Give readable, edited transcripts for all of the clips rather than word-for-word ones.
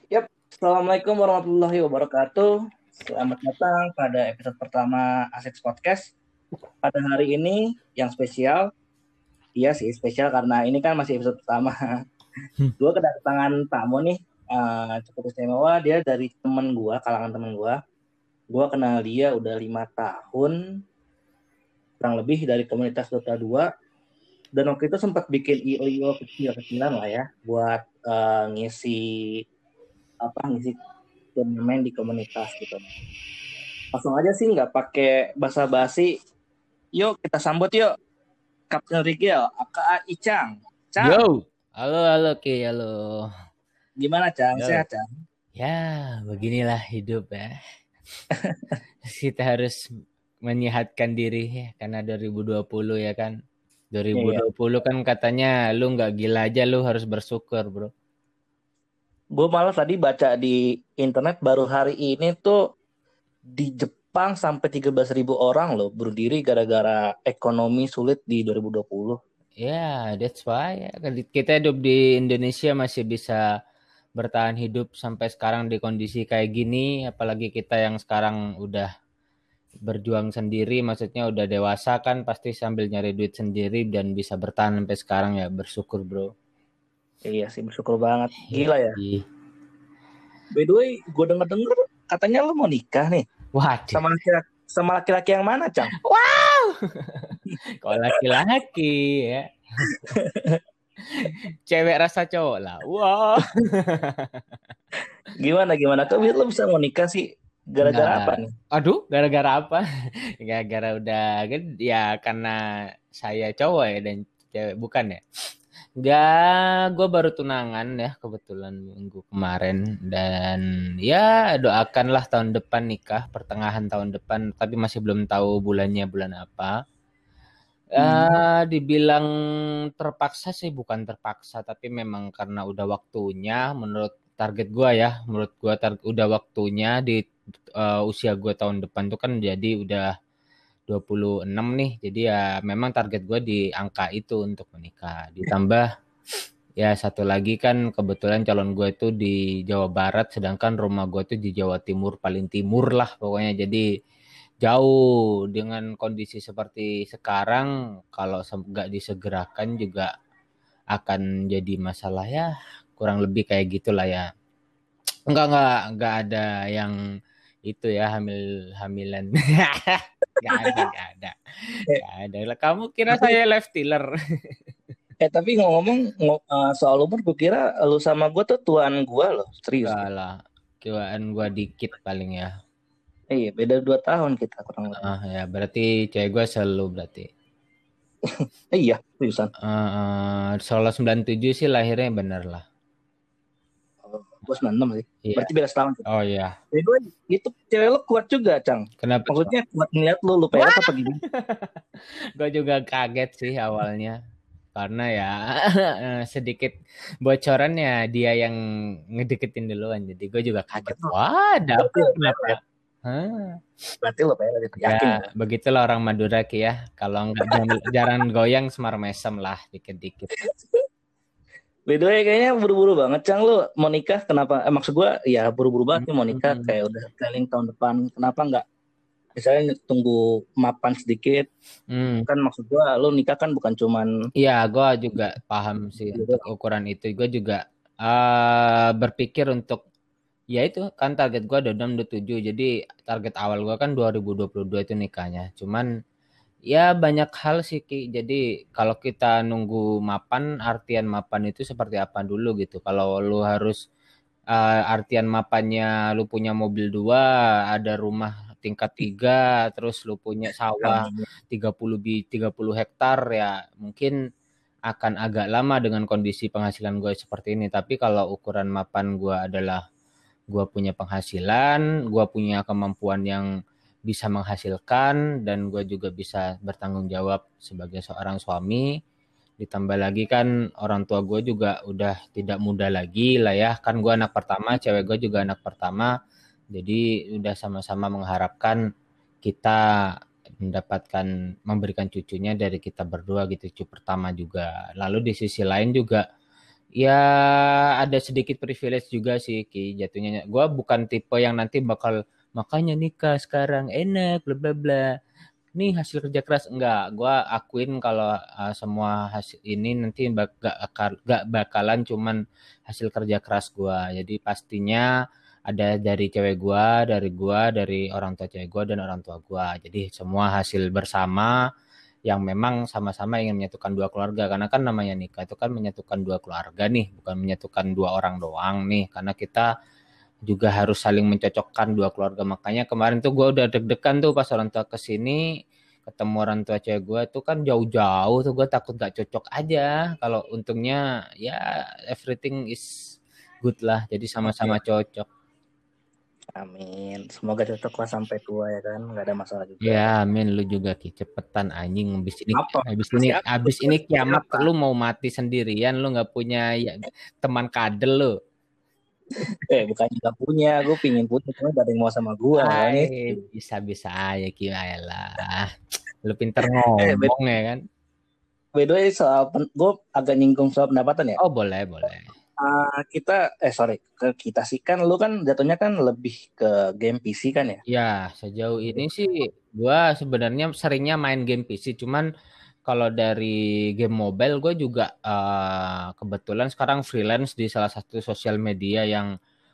Yap, Assalamualaikum warahmatullahi wabarakatuh. Selamat datang pada episode pertama Asik Podcast. Pada hari ini yang spesial, iya sih spesial karena ini kan masih episode pertama. Gue kedatangan tamu nih, cukup istimewa. Dia dari temen gue, kalangan temen gue. Gue kenal dia udah 5 tahun, kurang lebih dari komunitas Dota 2. Dan waktu itu sempat bikin IO kecil-kecilan lah ya, buat ngisi turnamen di komunitas gitu. Langsung aja sih nggak pakai basa-basi. Yuk kita sambut yuk Kapten Rigel, aka Icang. Yo, Cang, halo Ki, halo. gimana Cang? Yo, Sehat Cang? ya beginilah hidup ya. Kita harus menyehatkan diri ya, karena 2020 ya kan. Iya. 2020 kan katanya lu nggak gila aja, lu harus bersyukur bro. Gue malah tadi baca di internet baru hari ini tuh di Jepang sampai 13.000 orang loh bunuh diri gara-gara ekonomi sulit di 2020. Ya, that's why ya. Kita hidup di Indonesia masih bisa bertahan hidup sampai sekarang di kondisi kayak gini, apalagi kita yang sekarang udah berjuang sendiri, maksudnya udah dewasa kan pasti sambil nyari duit sendiri dan bisa bertahan sampai sekarang ya bersyukur bro. Iya sih bersyukur banget. Iya Gila ya. sih. By the way, gue denger-denger katanya lo mau nikah nih. Waduh, Sama laki-laki yang mana Cang? kalau laki-laki ya, cewek rasa cowok lah. Wah, Gimana? Kok lo bisa mau nikah sih? enggak. Gara-gara apa nih? Aduh, gara-gara apa? Gara-gara udah ya karena saya cowok ya dan cewek bukan ya. Enggak, gue baru tunangan ya kebetulan minggu kemarin dan ya doakanlah tahun depan nikah pertengahan tahun depan tapi masih belum tahu bulannya bulan apa. Hmm. Dibilang terpaksa sih bukan terpaksa tapi memang karena udah waktunya menurut target gue ya menurut gue udah waktunya di usia gue tahun depan tuh kan jadi udah 26 nih jadi ya memang target gue di angka itu untuk menikah ditambah ya satu lagi kan kebetulan calon gue itu di Jawa Barat sedangkan rumah gue tuh di Jawa Timur paling timur lah pokoknya jadi jauh dengan kondisi seperti sekarang kalau nggak disegerakan juga akan jadi masalah ya kurang lebih kayak gitulah ya enggak ada yang itu ya hamilan nggak ada Eh, nggak ada lah kamu kira tapi saya live tiller. tapi ngomong-ngomong soal umur, gue kira lu sama gue tuh tuan gue loh, serius Enggak gue. lah kiwaan gua dikit paling ya. Iya, beda 2 tahun kita kurang lebih. Ya berarti cewek gue selalu berarti. Iya, seriusan. Solo 97 sih lahirnya bener lah. Gue 96 sih. Iya. Berarti beda setahun. Oh iya. Jadi gue itu cewek lu kuat juga, Cang. Kenapa tuh? Maksudnya kuat ngeliat lu PS apa gimana? Gue juga kaget sih awalnya. Karena ya sedikit bocorannya dia yang ngedeketin duluan. Jadi gue juga kaget. Wah, Berarti dapet lu kenapa? PS. Hah? Berarti lu PS itu Ya, yakin gue. begitulah orang Madura Ki ya. Kalau nggak jarang goyang semar mesem lah dikit-dikit. By the way, kayaknya buru-buru banget, Cang. Lu mau nikah kenapa? Maksud gue, ya buru-buru banget nih mau nikah. Hmm. Kayak udah planning tahun depan. Kenapa nggak? Misalnya tunggu mapan sedikit. Hmm. Kan maksud gue, lu nikah kan bukan cuman Iya, gue juga paham sih gitu. untuk ukuran itu. Gue juga berpikir untuk ya itu kan target gue udah 6 udah 7. Jadi target awal gue kan 2022 itu nikahnya. Cuman ya banyak hal sih Ki. Jadi kalau kita nunggu mapan, artian mapan itu seperti apa dulu gitu. Kalau lu harus artian mapannya lu punya mobil dua, ada rumah tingkat 3, terus lu punya sawah Amin. 30 hektar ya mungkin akan agak lama dengan kondisi penghasilan gue seperti ini. Tapi kalau ukuran mapan gue adalah gue punya penghasilan, gue punya kemampuan yang bisa menghasilkan dan gue juga bisa bertanggung jawab sebagai seorang suami. Ditambah lagi kan orang tua gue juga udah tidak muda lagi lah ya. Kan gue anak pertama, cewek gue juga anak pertama. Jadi udah sama-sama mengharapkan kita mendapatkan memberikan cucunya dari kita berdua gitu, cucu pertama juga. Lalu di sisi lain juga Ya ada sedikit privilege juga sih Ki jatuhnya. Gue bukan tipe yang nanti bakal makanya nikah sekarang enak bla bla bla. Nih hasil kerja keras enggak. Gue akuin kalau semua hasil ini nanti gak bakalan cuman hasil kerja keras gue. Jadi pastinya ada dari cewek gue, dari orang tua cewek gue dan orang tua gue. Jadi semua hasil bersama yang memang sama-sama ingin menyatukan dua keluarga karena kan namanya nikah itu kan menyatukan dua keluarga nih bukan menyatukan dua orang doang nih karena kita juga harus saling mencocokkan dua keluarga makanya kemarin tuh gue udah deg-degan tuh pas orang tua kesini ketemu orang tua cewek gue tuh kan jauh-jauh tuh gue takut gak cocok aja kalau untungnya ya everything is good lah jadi Oke, sama-sama cocok. amin. Semoga cocok lah sampai tua ya kan, nggak ada masalah juga. Ya, amin lu juga Ki. Cepetan anjing Apa? habis ini kiamat Siapa? lu mau mati sendirian lu nggak punya ya, teman kadel lu. Bukannya nggak punya, gue pingin punya, cuma gak ada yang mau sama gue, makanya Ay, itu. bisa-bisa aja Ki lah. Lu pinter Eh, by, ngomong ya kan? by the way, gue agak nyinggung soal pendapatan ya. Oh, boleh, boleh. Sorry, ke kita sih kan, lu kan jatuhnya kan lebih ke game PC kan ya? Ya, sejauh ini sih gua sebenarnya seringnya main game PC, cuman kalau dari game mobile gue juga kebetulan sekarang freelance di salah satu sosial media yang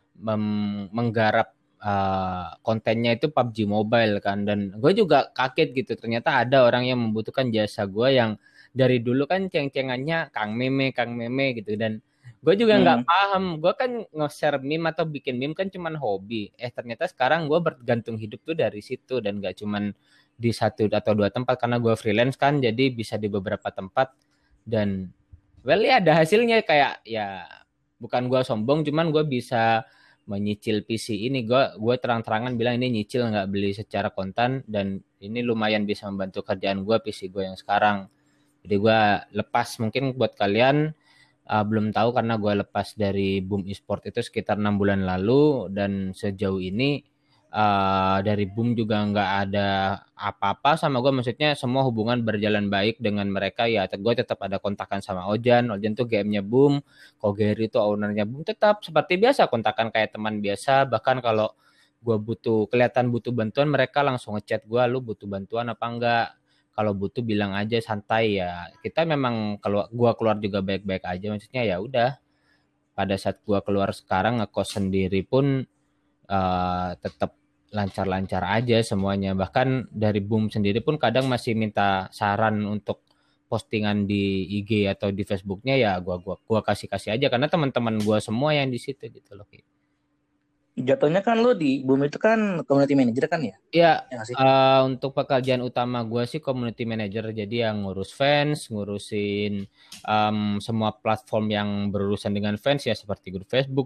menggarap kontennya itu PUBG Mobile kan dan gue juga kaget gitu ternyata ada orang yang membutuhkan jasa gue yang dari dulu kan ceng-cengannya Kang Meme gitu dan gue juga nggak Hmm. paham gue kan nge-share meme atau bikin meme kan cuman hobi ternyata sekarang gue bergantung hidup tuh dari situ dan gak cuman di satu atau dua tempat karena gue freelance kan jadi bisa di beberapa tempat dan well ya ada hasilnya kayak ya bukan gue sombong cuman gue bisa menyicil PC ini gue terang-terangan bilang ini nyicil nggak beli secara kontan dan ini lumayan bisa membantu kerjaan gue PC gue yang sekarang jadi gue lepas mungkin buat kalian belum tahu karena gue lepas dari Boom Esport itu sekitar 6 bulan lalu dan sejauh ini dari Boom juga nggak ada apa-apa sama gue maksudnya semua hubungan berjalan baik dengan mereka ya gue tetap ada kontakan sama Ojan tuh GM-nya Boom Kogeri itu ownernya Boom tetap seperti biasa kontakan kayak teman biasa bahkan kalau gue kelihatan butuh bantuan mereka langsung ngechat gue lu butuh bantuan apa enggak kalau butuh bilang aja santai ya kita memang kalau gua keluar juga baik-baik aja maksudnya ya udah pada saat gua keluar sekarang ngekos sendiri pun tetap lancar-lancar aja semuanya bahkan dari Boom sendiri pun kadang masih minta saran untuk postingan di IG atau di Facebooknya ya gua kasih aja karena teman-teman gua semua yang di situ gitu loh. Jatuhnya kan lu di Boom itu kan community manager kan ya? Ya, Ya nggak sih? untuk pekerjaan utama gue sih community manager, jadi yang ngurus fans, ngurusin semua platform yang berurusan dengan fans ya seperti grup Facebook,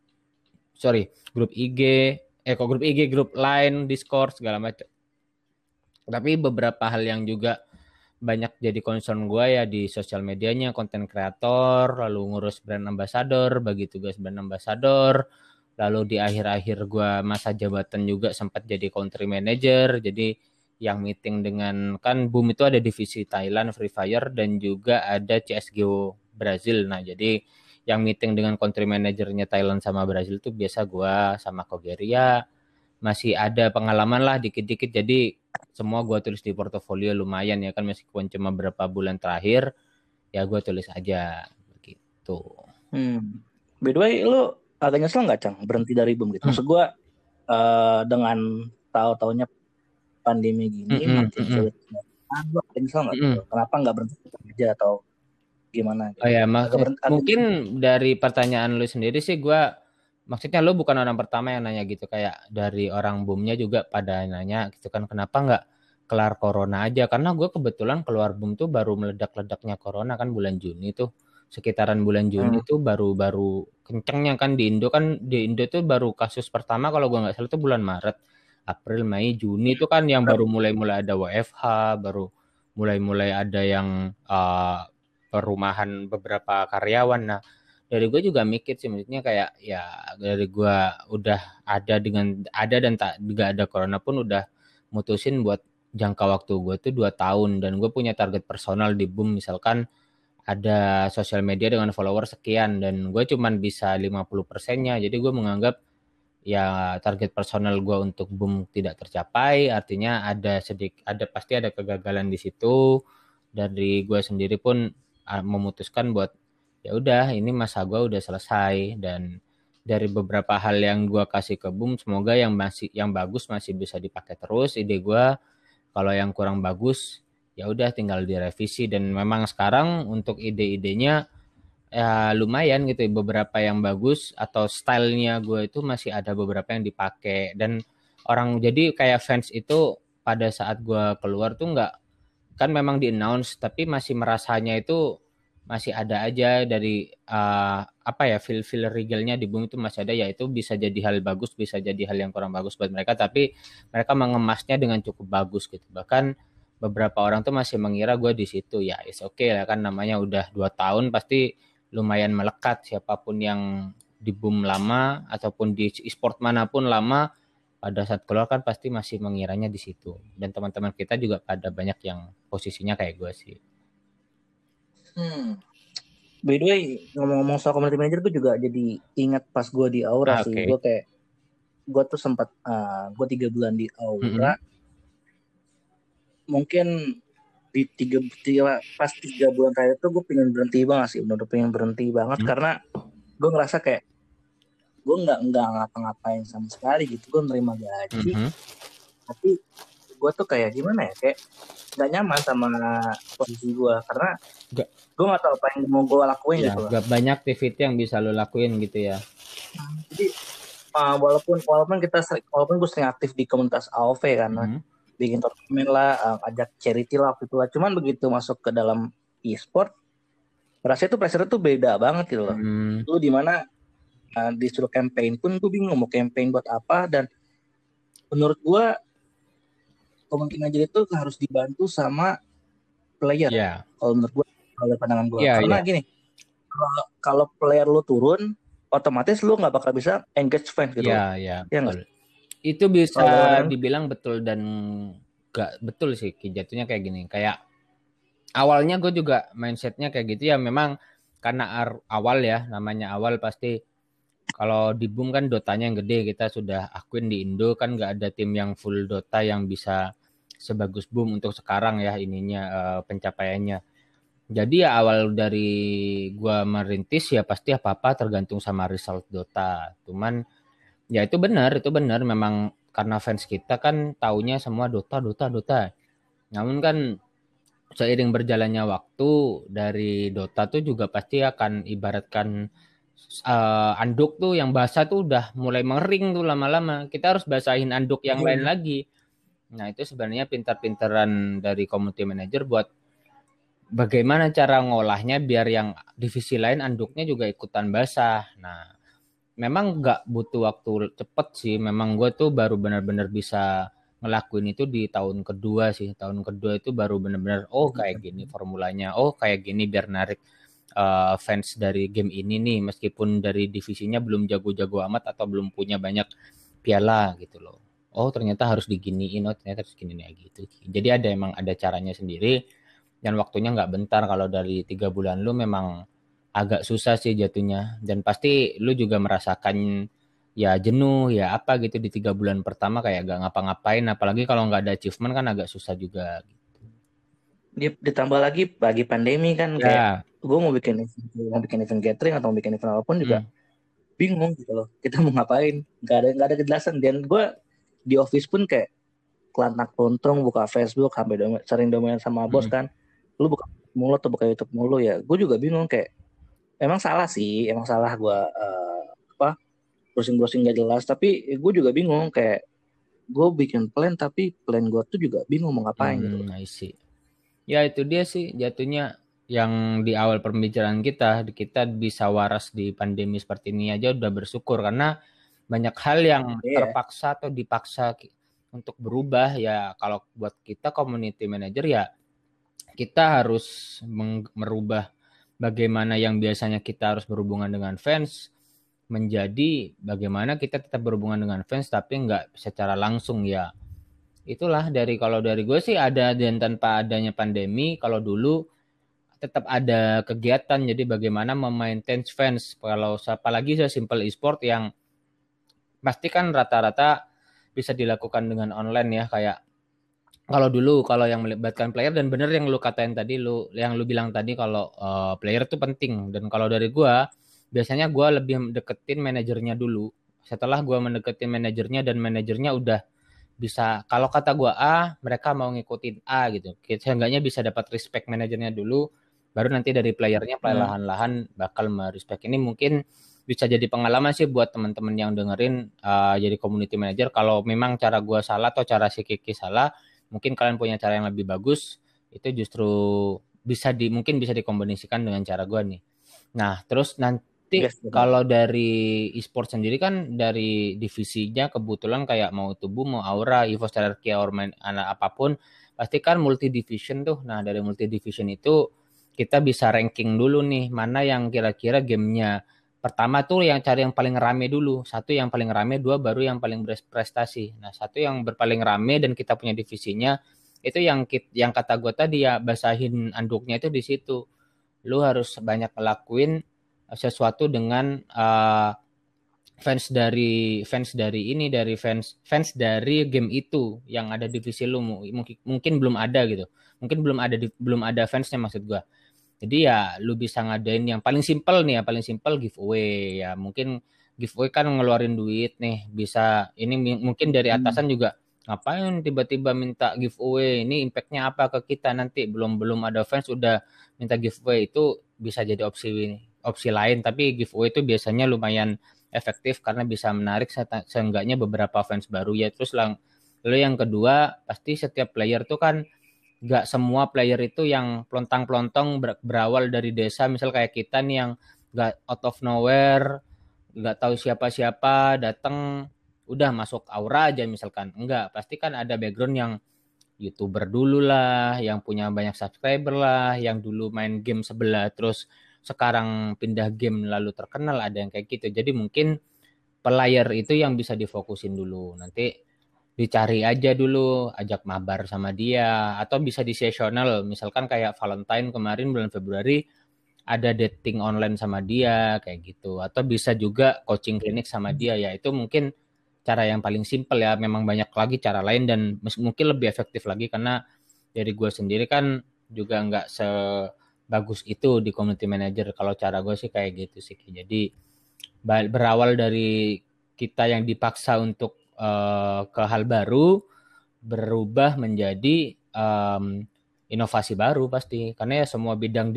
grup IG, grup IG, grup Line, Discord segala macam. Tapi beberapa hal yang juga banyak jadi concern gue ya di sosial medianya, konten kreator, lalu ngurus brand ambassador, bagi tugas brand ambassador, lalu di akhir-akhir gue masa jabatan juga sempat jadi country manager, jadi yang meeting dengan kan Boom itu ada divisi Thailand Free Fire dan juga ada CSGO Brazil. Nah, jadi yang meeting dengan country manajernya Thailand sama Brazil tuh biasa gue sama Kogeria masih ada pengalaman lah dikit-dikit jadi semua gue tulis di portofolio lumayan ya kan meskipun cuma berapa bulan terakhir ya gue tulis aja begitu. By the way, lu agak nyesel nggak, Cang, berhenti dari Boom gitu? Maksud gue, dengan tahu-taunya pandemi gini makin sulit. Lu agak nyesel nggak gitu? Kenapa nggak berhenti kerja atau gimana Oh gitu? ya, Agak berhenti, agak mungkin dari pertanyaan lu sendiri sih maksudnya lu bukan orang pertama yang nanya gitu kayak dari orang Boomnya juga pada nanya gitu kan kenapa nggak kelar corona aja karena gue kebetulan keluar Boom tuh baru meledak-ledaknya corona kan bulan Juni tuh sekitaran bulan Juni tuh baru kencengnya kan di Indo tuh baru kasus pertama kalau gue nggak salah tuh bulan Maret April Mei Juni tuh kan yang baru mulai-mulai ada WFH baru mulai-mulai ada yang perumahan beberapa karyawan. Nah, dari gue juga mikir sih, maksudnya kayak ya dari gue udah ada dan tak juga ada corona pun udah mutusin buat jangka waktu gue tuh 2 tahun dan gue punya target personal di Boom misalkan ada sosial media dengan follower sekian dan gue cuman bisa 50%-nya. Jadi gue menganggap ya target personal gue untuk boom tidak tercapai, artinya ada pasti ada kegagalan di situ. Dari gue sendiri pun memutuskan buat ya udah ini masa gue udah selesai, dan dari beberapa hal yang gue kasih ke boom semoga yang bagus masih bisa dipakai terus ide gue. Kalau yang kurang bagus ya udah tinggal direvisi, dan memang sekarang untuk ide-idenya ya lumayan gitu, beberapa yang bagus atau stylenya gue itu masih ada beberapa yang dipakai, dan orang jadi kayak fans itu pada saat gue keluar tuh nggak, kan memang di announce tapi masih merasanya itu masih ada aja dari apa ya, feel regalnya di Boom itu masih ada, ya itu bisa jadi hal bagus bisa jadi hal yang kurang bagus buat mereka, tapi mereka mengemasnya dengan cukup bagus gitu. Bahkan beberapa orang tuh masih mengira gue di situ, ya is oke lah kan, namanya udah 2 tahun pasti lumayan melekat, siapapun yang di Boom lama ataupun di e-sport manapun lama pada saat keluar kan pasti masih mengiranya di situ, dan teman-teman kita juga pada banyak yang posisinya kayak gue sih. By the way, ngomong-ngomong soal community manager, gue juga jadi ingat pas gue di Aura sih. Oke. Gue kayak, gue tuh sempat, gue 3 bulan di Aura. Mungkin di pas 3 bulan terakhir tuh gue pengen berhenti banget sih. Bener pengen berhenti banget karena gue ngerasa kayak gue nggak ngapa-ngapain sama sekali gitu. Gue nerima gaji, tapi gue tuh kayak gimana ya, kayak nggak nyaman sama posisi gue karena gue nggak tahu apa yang mau gue lakuin ya, gitu. Gak banyak activity yang bisa lo lakuin gitu ya. Jadi walaupun gue sering aktif di komunitas AOV kan, bikin turnamen lah, ajak charity lah gitu lah. Cuman begitu masuk ke dalam e-sport, rasanya tuh pressure tuh beda banget gitu loh. Lu di mana disuruh campaign pun gue bingung mau campaign buat apa, dan menurut gue community manager itu harus dibantu sama player. Yeah. Kalau menurut gue, kalau pandangan gue, karena Yeah. gini, kalau player lu turun, otomatis lu nggak bakal bisa engage fans gitu. Iya, betul. Itu bisa dibilang betul dan gak betul sih, jatuhnya kayak gini. Kayak awalnya gue juga mindsetnya kayak gitu ya, memang karena awal ya, namanya awal pasti. Kalau di Boom kan Dotanya yang gede, kita sudah akuin di Indo kan nggak ada tim yang full Dota yang bisa sebagus Boom untuk sekarang ya ininya pencapaiannya. Jadi ya awal dari gua merintis ya pasti apa-apa tergantung sama result Dota. Cuman ya itu benar memang karena fans kita kan taunya semua Dota. Namun kan seiring berjalannya waktu dari Dota tuh juga pasti akan ibaratkan anduk tuh yang basah tuh udah mulai mengering tuh lama-lama. Kita harus basahin anduk yang lain lagi. Nah itu sebenarnya pintar-pintaran dari community manager buat bagaimana cara ngolahnya biar yang divisi lain anduknya juga ikutan basah. Nah memang nggak butuh waktu cepet sih. Memang gue tuh baru benar-benar bisa ngelakuin itu di tahun kedua sih. Tahun kedua itu baru benar-benar kayak gini formulanya. Kayak gini biar narik fans dari game ini nih, meskipun dari divisinya belum jago-jago amat atau belum punya banyak piala gitu loh. Ternyata harus diginiin, ternyata harus gini nih gitu. Jadi emang ada caranya sendiri dan waktunya nggak bentar. Kalau dari 3 bulan lu memang agak susah sih jatuhnya, dan pasti lu juga merasakan ya jenuh ya apa gitu di 3 bulan pertama kayak gak ngapa-ngapain, apalagi kalau nggak ada achievement kan agak susah juga gitu. Ditambah lagi bagi pandemi kan kayak gue mau bikin event gathering atau mau bikin event apapun juga bingung gitu loh, kita mau ngapain, nggak ada kejelasan. Dan gue di office pun kayak kelantak tuntung buka Facebook sampai sering domain sama bos kan, lu buka mulu atau buka YouTube mulu, ya gue juga bingung kayak emang salah gue browsing gak jelas, tapi gue juga bingung kayak gue bikin plan tapi plan gue tuh juga bingung mau ngapain gitu. I see. Ya itu dia sih jatuhnya yang di awal pembicaraan kita bisa waras di pandemi seperti ini aja udah bersyukur, karena banyak hal yang terpaksa atau dipaksa untuk berubah ya. Kalau buat kita community manager ya kita harus merubah bagaimana yang biasanya kita harus berhubungan dengan fans menjadi bagaimana kita tetap berhubungan dengan fans tapi nggak secara langsung ya. Itulah kalau dari gue sih ada, dan tanpa adanya pandemi, kalau dulu tetap ada kegiatan. Jadi bagaimana memaintain fans, kalau apalagi simple e-sport yang pasti kan rata-rata bisa dilakukan dengan online ya, kayak kalau dulu kalau yang melibatkan player, dan bener yang lu katain tadi, yang lu bilang tadi kalau player itu penting. Dan kalau dari gua biasanya gua lebih deketin manajernya dulu. Setelah gua mendeketin manajernya dan manajernya udah bisa, kalau kata gua A, mereka mau ngikutin A gitu. Seenggaknya bisa dapat respect manajernya dulu, baru nanti dari playernya perlahan-lahan bakal merespect. Ini mungkin bisa jadi pengalaman sih buat teman-teman yang dengerin jadi community manager. Kalau memang cara gua salah atau cara si Kiki salah, mungkin kalian punya cara yang lebih bagus, itu justru mungkin bisa dikombinasikan dengan cara gue nih. Nah, terus nanti kalau dari e-sport sendiri kan dari divisinya kebetulan kayak mau Tubuh, mau Aura, EVOS, Hierarchy, or main anak apapun, pasti kan multi division tuh. Nah, dari multi division itu kita bisa ranking dulu nih, mana yang kira-kira gamenya pertama tuh yang cari yang paling rame dulu. Satu yang paling rame, dua baru yang paling berprestasi. Nah, satu yang berpaling rame dan kita punya divisinya, itu yang kata gue tadi ya, basahin anduknya itu di situ. Lu harus banyak ngelakuin sesuatu dengan fans dari fans dari game itu yang ada di divisi lu, mungkin belum ada gitu. Mungkin belum ada fansnya maksud gue. Jadi ya lu bisa ngadain yang paling simpel nih ya, paling simpel giveaway ya. Mungkin giveaway kan ngeluarin duit nih, bisa ini mungkin dari atasan juga ngapain tiba-tiba minta giveaway, ini impactnya apa ke kita nanti, belum ada fans udah minta giveaway, itu bisa jadi opsi lain. Tapi giveaway itu biasanya lumayan efektif karena bisa menarik seenggaknya beberapa fans baru ya. Terus lalu yang kedua, pasti setiap player tuh kan nggak semua player itu yang pelontang-pelontong berawal dari desa, misal kayak kita nih yang nggak out of nowhere, nggak tahu siapa-siapa, datang udah masuk Aura aja misalkan. Enggak, pasti kan ada background yang YouTuber dulu lah, yang punya banyak subscriber lah, yang dulu main game sebelah terus sekarang pindah game lalu terkenal, ada yang kayak gitu. Jadi mungkin player itu yang bisa difokusin dulu. Nanti dicari aja dulu, ajak mabar sama dia, atau bisa di seasonal, misalkan kayak Valentine kemarin bulan Februari ada dating online sama dia kayak gitu, atau bisa juga coaching klinik sama dia ya. Itu mungkin cara yang paling simpel ya. Memang banyak lagi cara lain dan mungkin lebih efektif lagi, karena dari gue sendiri kan juga nggak sebagus itu di community manager. Kalau cara gue sih kayak gitu sih. Jadi berawal dari kita yang dipaksa untuk ke hal baru, berubah menjadi inovasi baru pasti, karena ya semua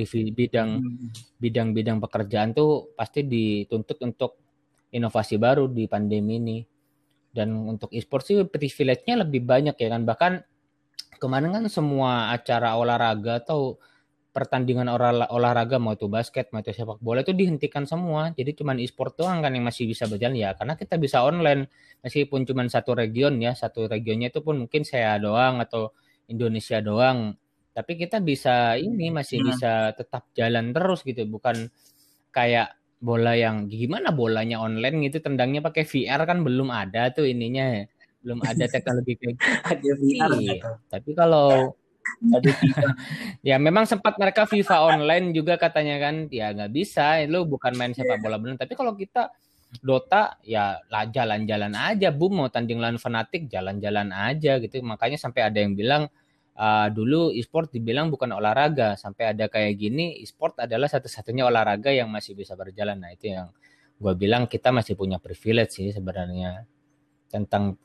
bidang pekerjaan tuh pasti dituntut untuk inovasi baru di pandemi ini. Dan untuk e-sport sih privilege-nya lebih banyak ya kan, bahkan kemarin kan semua acara olahraga atau pertandingan olahraga, mau itu basket, mau itu sepak bola, itu dihentikan semua. Jadi cuman e-sport doang kan yang masih bisa berjalan ya, karena kita bisa online meskipun cuman satu regionnya itu pun mungkin saya doang atau Indonesia doang. Tapi kita bisa ini masih bisa tetap jalan terus gitu, bukan kayak bola yang gimana bolanya online gitu, tendangnya pakai VR kan belum ada tuh ininya. Belum ada teknologi kayak gitu. Tapi kalau ya memang sempat mereka FIFA online juga katanya kan, ya nggak bisa, lu bukan main sepak bola bener. Tapi kalau kita Dota ya jalan-jalan aja, mau tanding lawan Fnatic jalan-jalan aja gitu. Makanya sampai ada yang bilang dulu e-sport dibilang bukan olahraga, sampai ada kayak gini, e-sport adalah satu-satunya olahraga yang masih bisa berjalan. Nah itu yang gue bilang, kita masih punya privilege sih sebenarnya tentang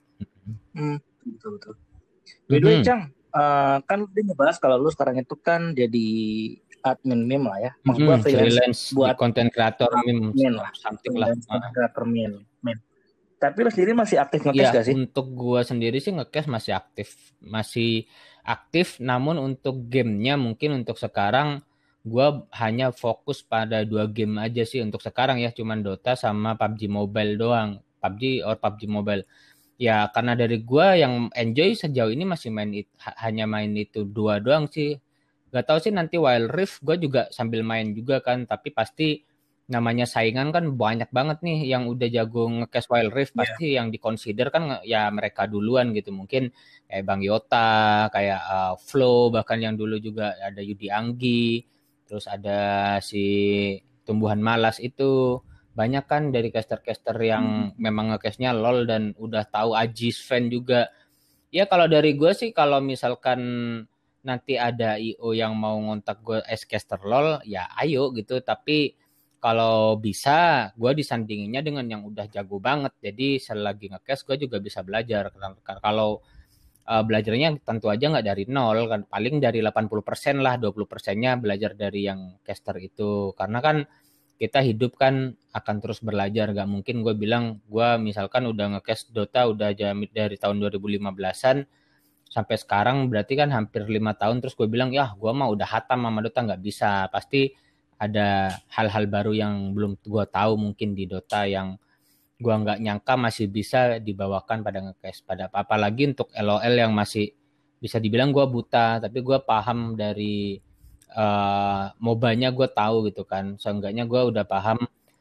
betul. By the way, Cang, kan dia ngebahas kalau lu sekarang itu kan jadi admin meme lah ya. Maksud gua freelance buat content creator meme lah, something lah. Creator meme. Tapi lu sendiri masih aktif nge-cash gak sih? Untuk gua sendiri sih nge-cash masih aktif, namun untuk gamenya mungkin untuk sekarang gua hanya fokus pada 2 game aja sih untuk sekarang ya, cuman Dota sama PUBG Mobile doang. PUBG Mobile. Ya karena dari gue yang enjoy sejauh ini masih hanya main itu 2 doang sih. Gak tahu sih nanti Wild Rift gue juga sambil main juga kan, tapi pasti namanya saingan kan banyak banget nih yang udah jago nge-cash Wild Rift, pasti yang dikonsider kan ya mereka duluan gitu. Mungkin kayak Bang Yota, kayak Flo, bahkan yang dulu juga ada Yudi Anggi. terus ada si tumbuhan malas itu. Banyak kan dari caster-caster yang memang nge-case-nya LOL dan udah tahu Ajis fan juga. Ya kalau dari gue sih kalau misalkan nanti ada IO yang mau ngontak gue as caster LOL, ya ayo gitu. Tapi kalau bisa, gue disandinginnya dengan yang udah jago banget. Jadi selagi nge-cast gue juga bisa belajar. Kalau belajarnya tentu aja nggak dari nol kan, paling dari 80% lah, 20%-nya belajar dari yang caster itu. Karena kan kita hidup kan akan terus belajar, nggak mungkin gue bilang gue misalkan udah nge-cast Dota udah dari tahun 2015-an sampai sekarang berarti kan hampir 5 tahun, terus gue bilang ya gue mah udah hatam sama Dota, nggak bisa. Pasti ada hal-hal baru yang belum gue tahu mungkin di Dota yang gua nggak nyangka masih bisa dibawakan pada nge-cast, pada apalagi untuk LOL yang masih bisa dibilang gua buta, tapi gua paham dari MOBA-nya, gue tahu gitu kan. Seenggaknya gue udah paham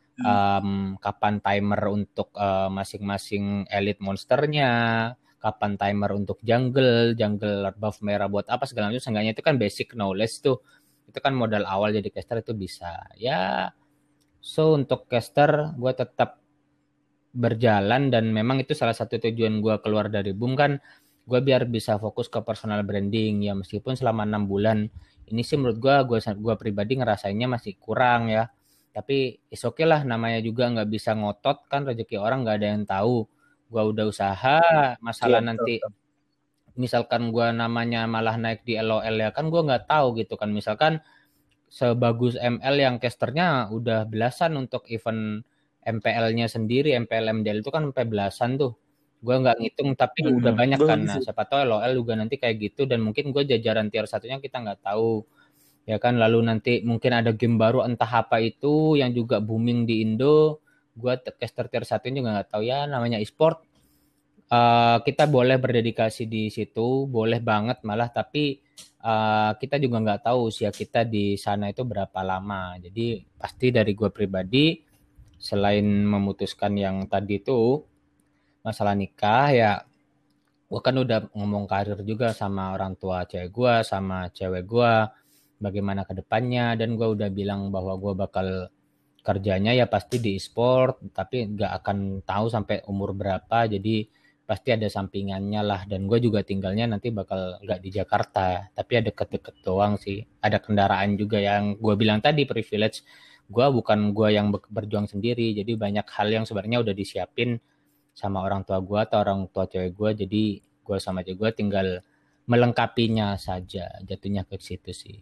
kapan timer untuk masing-masing elite monsternya, kapan timer untuk jungle buff merah buat apa segala macam. Seenggaknya itu kan basic knowledge tuh, itu kan modal awal jadi caster itu bisa ya. So untuk caster gue tetap berjalan dan memang itu salah satu tujuan gue keluar dari Boom kan, gue biar bisa fokus ke personal branding ya. Meskipun selama 6 bulan ini sih menurut gue pribadi ngerasainnya masih kurang ya, tapi is okay lah, namanya juga nggak bisa ngotot kan, rezeki orang nggak ada yang tahu. Gue udah usaha, Iya, masalah betul, nanti betul. misalkan gue namanya malah naik di LOL ya kan gue nggak tahu gitu kan. Misalkan sebagus ML yang casternya udah belasan untuk event MPL-nya sendiri, MPL MDL itu kan sampai belasan tuh. Gue nggak ngitung tapi udah banyak Gue kan. setuju Nah, sih. siapa tahu LOL juga nanti kayak gitu, dan mungkin gue jajaran tier satunya kita nggak tahu. Ya kan, lalu nanti mungkin ada game baru entah apa itu yang juga booming di Indo. Gue caster tier satunya juga nggak tahu ya, namanya e-sport. Kita boleh berdedikasi di situ, boleh banget malah, tapi kita juga nggak tahu usia kita di sana itu berapa lama. Jadi pasti dari gue pribadi, selain memutuskan yang tadi itu masalah nikah ya, gue kan udah ngomong karir juga sama orang tua cewek gue, sama cewek gue, bagaimana ke depannya, dan gue udah bilang bahwa gue bakal kerjanya ya pasti di e-sport, tapi nggak akan tahu sampai umur berapa. Jadi pasti ada sampingannya lah, dan gue juga tinggalnya nanti bakal nggak di Jakarta, tapi ada deket-deket doang sih. Ada kendaraan juga yang gue bilang tadi, privilege gue, bukan gue yang berjuang sendiri, jadi banyak hal yang sebenarnya udah disiapin sama orang tua gue atau orang tua cewek gue. Jadi gue sama cewek gue tinggal melengkapinya saja, jatuhnya ke situ sih.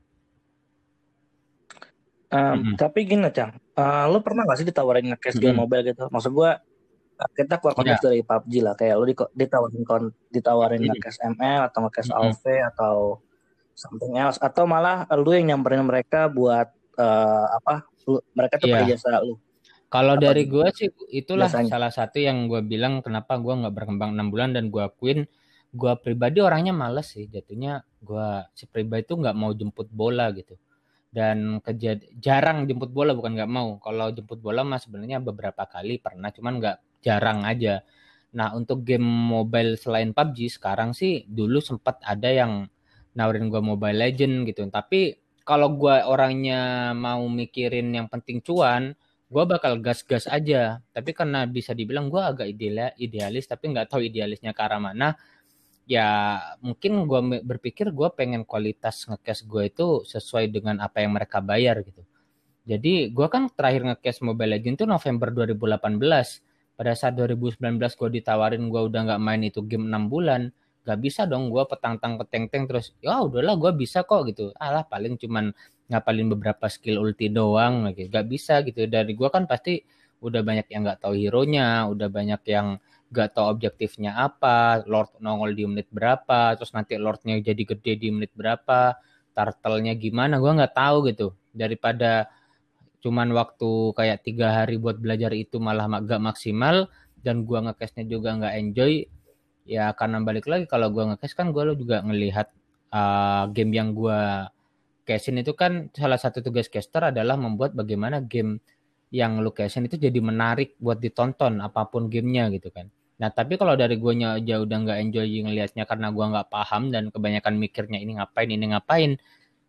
Mm-mm. Tapi gini, Cang. Lo pernah gak sih ditawarin nge-cast game Mm-mm. mobile gitu? Maksud gue, kita keluar Ya. konteks dari PUBG lah. Kayak lo ditawarin Mm-mm. nge-cast ML atau nge-cast Mm-mm. AoV atau something else. Atau malah lu yang nyamperin mereka buat mereka tuh pakai Iya. jasa lu. Kalau Apa dari gue gimana sih itulah biasanya? salah satu yang gue bilang kenapa gue nggak berkembang 6 bulan, dan gue akuin gue pribadi orangnya males sih jatuhnya. Gue si pribadi tuh nggak mau jemput bola gitu, dan jarang jemput bola, bukan nggak mau. Kalau jemput bola mah sebenarnya beberapa kali pernah, cuman nggak, jarang aja. Nah untuk game mobile selain PUBG sekarang sih, dulu sempat ada yang nawarin gue Mobile Legend gitu, tapi kalau gue orangnya mau mikirin yang penting cuan, gue bakal gas-gas aja. Tapi karena bisa dibilang gue agak idealis, tapi nggak tahu idealisnya ke arah mana. Ya mungkin gue berpikir gue pengen kualitas ngecast gue itu sesuai dengan apa yang mereka bayar gitu. Jadi gue kan terakhir ngecast Mobile Legends tuh November 2018. Pada saat 2019 gue ditawarin, gue udah nggak main itu game 6 bulan. Gak bisa dong gue petang-tang peteng-teng terus. Ya udahlah gue bisa kok gitu. Alah paling cuman ngapalin beberapa skill ulti doang gitu. Gak bisa gitu. Dari gue kan pasti udah banyak yang nggak tahu hero-nya, udah banyak yang nggak tahu objektifnya apa, Lord nongol di menit berapa, terus nanti Lordnya jadi gede di menit berapa, turtle-nya gimana, gue nggak tahu gitu. Daripada cuman waktu kayak 3 hari buat belajar itu malah gak maksimal, dan gua ngecashnya juga nggak enjoy. Ya karena balik lagi, kalau gua ngecash kan gua juga ngelihat game yang gua cashin itu kan, salah satu tugas caster adalah membuat bagaimana game yang lu cashin itu jadi menarik buat ditonton apapun gamenya gitu kan. Nah tapi kalau dari guanya aja udah nggak enjoy ngelihatnya karena gua nggak paham dan kebanyakan mikirnya ini ngapain,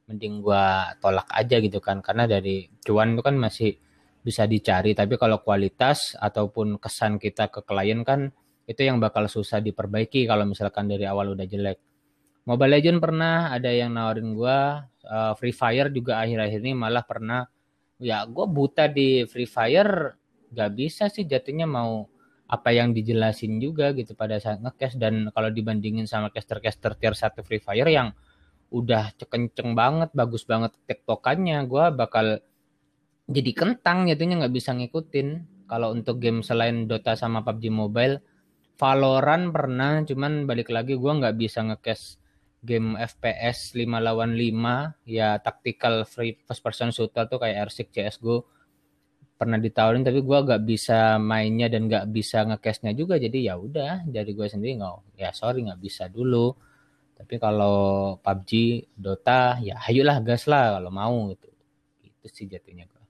mending gua tolak aja gitu kan, karena dari cuan itu kan masih bisa dicari, tapi kalau kualitas ataupun kesan kita ke klien kan itu yang bakal susah diperbaiki kalau misalkan dari awal udah jelek. Mobile Legend pernah ada yang nawarin gua, Free Fire juga akhir-akhir ini malah pernah. Ya gua buta di Free Fire, gak bisa sih jatuhnya mau apa yang dijelasin juga gitu pada saat nge-cash. Dan kalau dibandingin sama caster-caster tier 1 Free Fire yang udah kenceng banget, bagus banget tektokannya, gua bakal jadi kentang jatuhnya nggak bisa ngikutin. Kalau untuk game selain Dota sama PUBG Mobile, Valorant pernah, cuman balik lagi gue nggak bisa nge-cash game FPS 5 lawan 5, ya tactical free first person shooter tuh kayak R6 CSGO pernah ditawarin, tapi gue nggak bisa mainnya dan nggak bisa nge-cashnya juga, jadi ya udah dari gue sendiri nggak, ya sorry nggak bisa dulu. Tapi kalau PUBG, Dota, ya ayolah gas lah kalau mau gitu. Itu sih jatuhnya gue.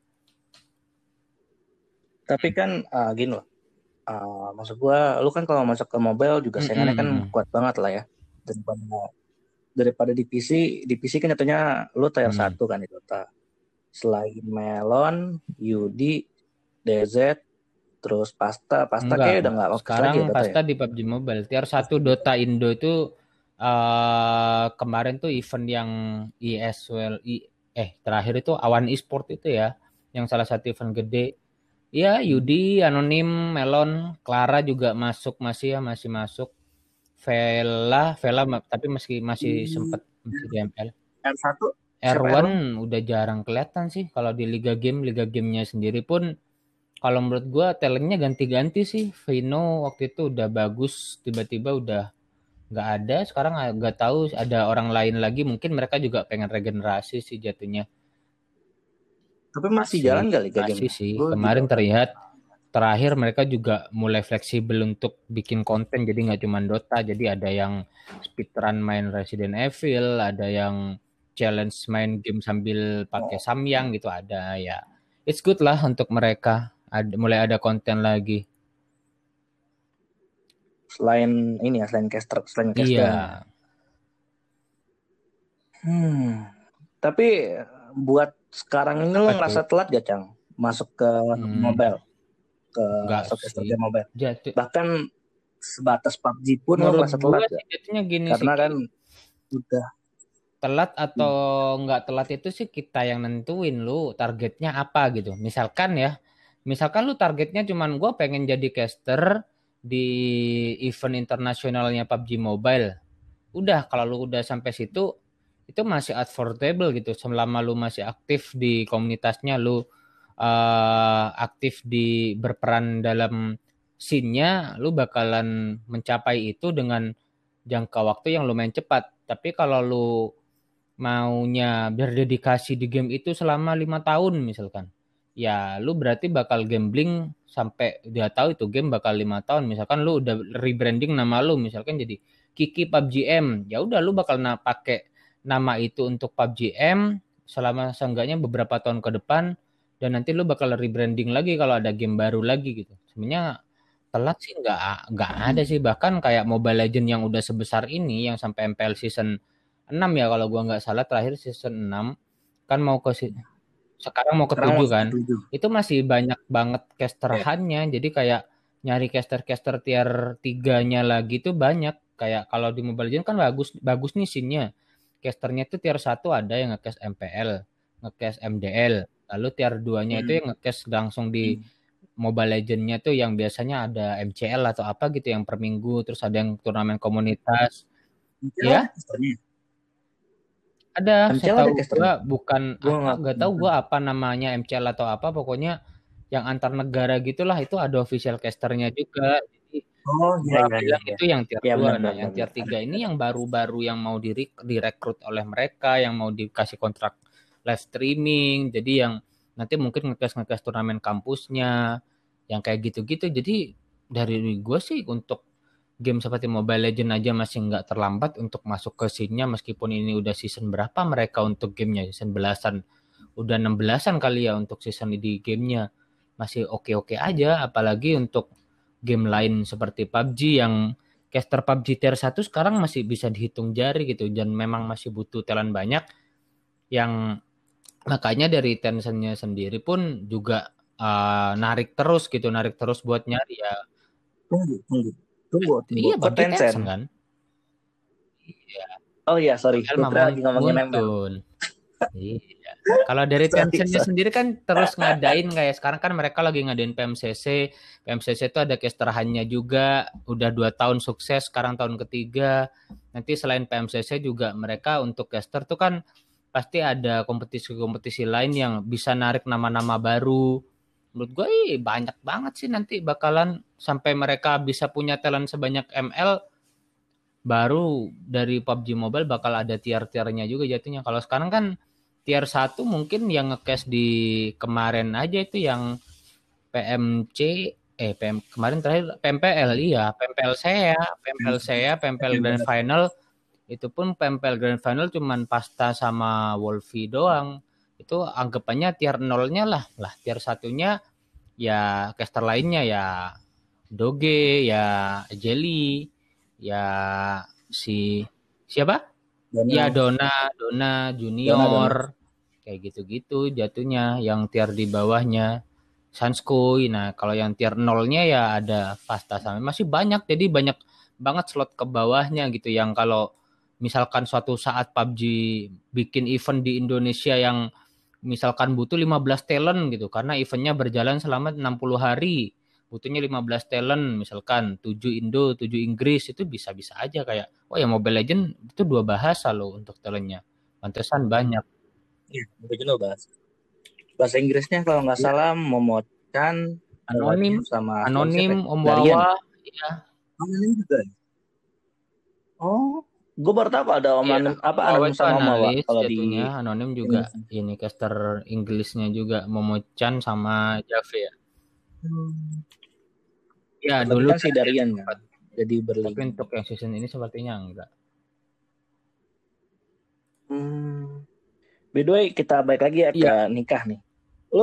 Tapi kan gini loh. Maksud gua, lu kan kalau masuk ke mobile juga saingannya kan kuat banget lah ya. Daripada di PC kan nyatanya lu tier 1 kan di Dota. Selain Melon, Yudi, DZ, terus Pasta Enggak, kayak udah nggak oke sekarang lagi ya Dota ya. Pasta di PUBG Mobile. Tier 1 Dota Indo itu kemarin tuh event yang ESL, terakhir itu Awan Esport itu ya, yang salah satu event gede. Iya, Yudi, Anonim, Melon, Clara juga masuk masih ya, masih masuk. Vela tapi masih sempat masih di ML. R1 siapa R1 R1? udah jarang kelihatan sih kalau di liga gamenya sendiri pun. Kalau menurut gue talentnya ganti-ganti sih. Vino waktu itu udah bagus, tiba-tiba udah nggak ada. Sekarang nggak tahu ada orang lain lagi. Mungkin mereka juga pengen regenerasi sih jatuhnya. Tapi masih jalan nggak liga Masih gamenya? sih. Kemarin terlihat terakhir mereka juga mulai fleksibel untuk bikin konten. Jadi nggak cuma Dota. Jadi ada yang speedrun main Resident Evil, ada yang challenge main game sambil pakai Samyang gitu ada ya. It's good lah untuk mereka. Mulai ada konten lagi. Selain ini ya, selain caster Iya. Tapi buat sekarang ini lo ngerasa telat gak, Cang? Masuk ke mobile, ke caster game mobile. Bahkan sebatas PUBG pun lo ngerasa telat gak? Karena kan udah telat atau nggak telat itu sih kita yang nentuin lu targetnya apa gitu. Misalkan lu targetnya cuman gue pengen jadi caster di event internasionalnya PUBG Mobile. Udah, kalau lu udah sampai situ itu masih affordable gitu. Selama lu masih aktif di komunitasnya, lu aktif di berperan dalam scene-nya, lu bakalan mencapai itu dengan jangka waktu yang lumayan cepat. Tapi kalau lu maunya berdedikasi di game itu selama 5 tahun misalkan, ya lu berarti bakal gambling sampai dia tahu itu game bakal 5 tahun. Misalkan lu udah rebranding nama lu misalkan jadi Kiki PUBG M, ya udah lu bakal pakai nama itu untuk PUBG M selama seenggaknya beberapa tahun ke depan, dan nanti lu bakal rebranding lagi kalau ada game baru lagi gitu. Sebenarnya telat sih nggak ada sih. Bahkan kayak Mobile Legend yang udah sebesar ini, yang sampai MPL season 6 ya kalau gua nggak salah, terakhir season 6 kan mau ke sekarang mau ke 7 kan. Itu masih banyak banget casterannya. Jadi kayak nyari caster tier 3-nya lagi tuh banyak. Kayak kalau di Mobile Legends kan bagus nih scene-nya. Casternya tuh tier 1 ada yang nge-cast MPL, nge-cast MDL. Lalu tier 2-nya itu yang nge-cast langsung di Mobile Legends-nya tuh yang biasanya ada MCL atau apa gitu yang per minggu, terus ada yang turnamen komunitas. Ya. Ada, saya tahu gue bukan nggak tahu gue apa namanya MCL atau apa, pokoknya yang antar negara gitulah, itu ada official casternya juga. Jadi bilang itu yang tier 2. Nah yang tier 3 ini yang baru-baru yang mau direkrut oleh mereka, yang mau dikasih kontrak live streaming, jadi yang nanti mungkin ngekas turnamen kampusnya, yang kayak gitu-gitu. Jadi dari gue sih untuk game seperti Mobile Legends aja masih nggak terlambat untuk masuk ke scene-nya, meskipun ini udah season berapa mereka untuk gamenya, season belasan, udah 16-an kali ya untuk season di gamenya, masih oke-oke aja. Apalagi untuk game lain seperti PUBG yang caster PUBG tier 1 sekarang masih bisa dihitung jari gitu, dan memang masih butuh talent banyak. yang makanya dari Tencent-nya sendiri pun juga narik terus buat nyari ya. Tunggu. Iya Kok Bang, di Tencent? Tencent kan? Iya, Oh iya, sorry. ML Gue mah kira lagi ngomongin ML. Muntun. Iya. Kalau dari Tencent-nya Sorry. sendiri kan terus ngadain kayak sekarang kan mereka lagi ngadain PMCC. PMCC itu ada caster-nya juga. Udah 2 tahun sukses, sekarang tahun ketiga. Nanti selain PMCC juga mereka untuk caster tuh kan pasti ada kompetisi-kompetisi lain yang bisa narik nama-nama baru. Menurut gue banyak banget sih nanti bakalan sampai mereka bisa punya talent sebanyak ML. Baru dari PUBG Mobile bakal ada tier-tiernya juga jatuhnya. Kalau sekarang kan tier 1 mungkin yang nge-cash di kemarin aja itu yang PMC kemarin terakhir PMPL iya, PMPL Grand Final itu pun PMPL Grand Final cuman Pasta sama Wolfie doang. Itu anggapannya tier 0-nya lah tier satunya ya caster lainnya ya Doge, ya Jelly, ya si siapa? Ya Dona. Dona Dona. Junior, kayak gitu-gitu jatuhnya. Yang tier di bawahnya Sanskoy. Nah kalau yang tier nolnya ya ada Fasta sama masih banyak. Jadi banyak banget slot ke bawahnya gitu. Yang kalau misalkan suatu saat PUBG bikin event di Indonesia yang misalkan butuh 15 talent gitu karena eventnya berjalan selama 60 hari butuhnya 15 talent misalkan 7 Indo 7 Inggris itu bisa-bisa aja kayak oh ya Mobile Legend itu 2 bahasa loh untuk talentnya pantesan banyak. Iya, udah jelas bahas. Bahasa Inggrisnya kalau nggak Ya, salah Momochan, anonim sama lagi siapa anonim ya? Om Darian Wawa ya? ya. Anonim juga ya? Oh, gue baru tahu ada Om Iya Anim, Om apa Wawa Anim itu sama Om Wawa analis kalau di jatuhnya anonim ini. juga ini caster Inggrisnya juga Momo-chan sama Jave ya. Hmm. Ya Tapi dulu kan si Darian Darian kan, sempat jadi tapi berlima. untuk yang season ini sepertinya enggak. Hmm. By the way, kita balik lagi ya ke Iya. nikah nih. Lo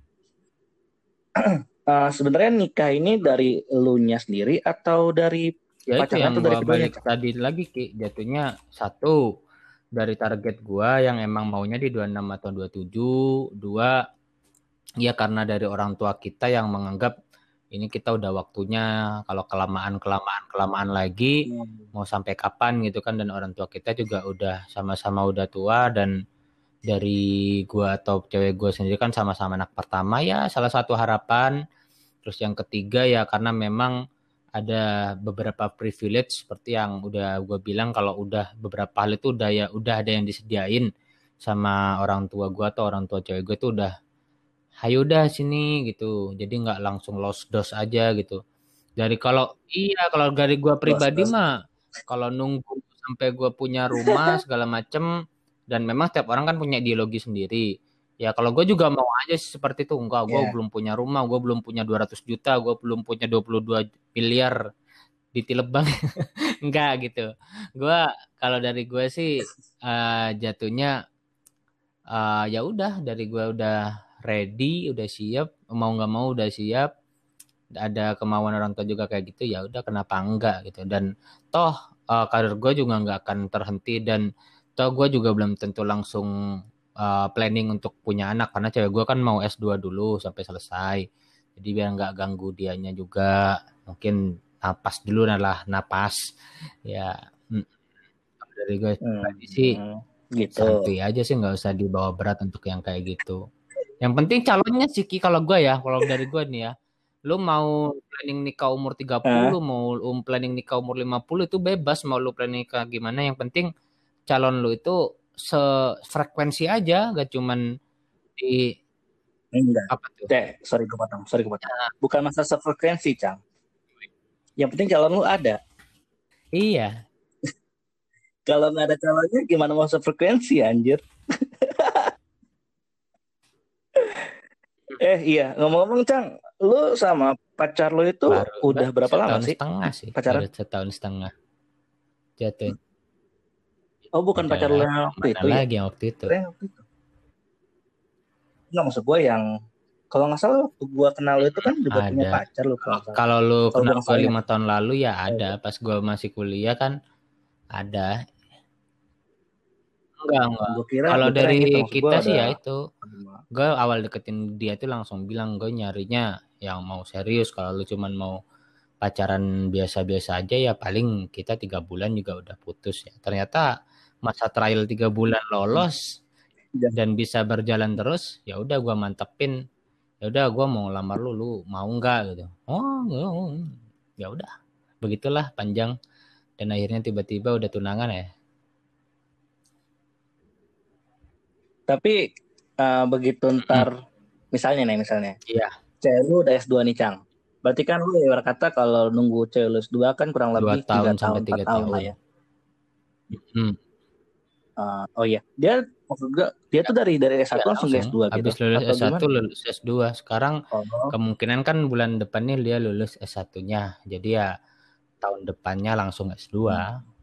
sebenarnya nikah ini dari elunya sendiri atau dari Ya itu pacarnya yang atau dari gua keduanya, balik Cak? tadi lagi Ki, jatuhnya satu dari target gua yang emang maunya di 26 atau 27, dua ya karena dari orang tua kita yang menganggap ini kita udah waktunya kalau kelamaan lagi Hmm. mau sampai kapan gitu kan dan orang tua kita juga udah sama-sama udah tua dan dari gua atau cewek gua sendiri kan sama-sama anak pertama ya salah satu harapan. Terus yang ketiga ya karena memang ada beberapa privilege seperti yang udah gue bilang kalau udah beberapa hal itu udah ada yang disediain sama orang tua gue atau orang tua cewek gue tuh udah hayo udah sini gitu. Jadi nggak langsung lost dose aja gitu. Dari kalau dari gue Bos, pribadi bos. mah kalau nunggu sampai gue punya rumah segala macem dan memang setiap orang kan punya ideologi sendiri. Ya kalau gue juga mau aja sih seperti itu. Enggak, gue Ya. belum punya rumah, gue belum punya 200 juta, gue belum punya 22 miliar di Tilebang. Enggak gitu. Gue kalau dari gue sih jatuhnya ya udah dari gue udah ready, udah siap, mau nggak mau udah siap ada kemauan orang tua juga kayak gitu ya udah kenapa enggak gitu dan toh karir gue juga nggak akan terhenti dan toh gue juga belum tentu langsung planning untuk punya anak karena cewek gue kan mau S2 dulu sampai selesai jadi biar nggak ganggu dianya juga mungkin napas dulu lah napas ya dari gue pribadi sih Hmm. Gitu. santuy aja sih nggak usah dibawa berat untuk yang kayak gitu. Yang penting calonnya sih Ki kalau gue ya, kalau dari gue nih ya. Lu mau planning nikah umur 30, Ah, mau planning nikah umur 50 itu bebas mau lu planning nikah gimana. Yang penting calon lu itu sefrekuensi aja, gak cuman di enggak. apa tuh. Sorry gue potong. Sorry gue potong. Bukan masalah sefrekuensi, Cang. Yang penting calon lu ada. Iya, Kalau nggak ada calonnya, gimana mau sefrekuensi, anjir? Iya. Ngomong-ngomong, Cang. Lu sama pacar lu itu udah baru berapa lama setahun sih setengah sih, baru pacaran? setahun setengah jatuh. Oh, bukan pacar lu Udah yang waktu mana itu ya? lagi yang waktu itu. Keren waktu itu. Nggak, maksud gue yang kalau nggak salah waktu gue kenal lu itu kan juga punya Ada. pacar lu kalau nggak salah. Kalau lu Kalau gue kenal nggak gue salah ingat. 5 tahun lalu ya Ya, ada. ya. Pas gue masih kuliah kan ada. Enggak. Gue kira Kalau yang dari gitu, maksud gue kita sih ada. ya itu, gue awal deketin dia tuh langsung bilang gue nyarinya yang mau serius. Kalau lu cuman mau pacaran biasa-biasa aja ya paling kita 3 bulan juga udah putus ya. Ternyata masa trial 3 bulan lolos dan bisa berjalan terus, ya udah gue mantepin. Ya udah gue mau lamar lu mau nggak gitu. Oh, ya udah. Begitulah panjang dan akhirnya tiba-tiba udah tunangan ya. Tapi begitu ntar misalnya Iya, cewek lu udah S2 nih Cang. Berarti kan lu ya berkata kalau nunggu cewek lu S2 kan kurang dua lebih 3 tahun sampai tahun 4 tiga tahun lah tahun. ya. Hmm. Oh iya, dia maksud gue dia tuh dari S1 Ya langsung ke langsung S2 gitu habis lulus atau S1 gimana? lulus S2. Sekarang Oh, kemungkinan kan bulan depannya dia lulus S1-nya. Jadi ya tahun depannya langsung S2.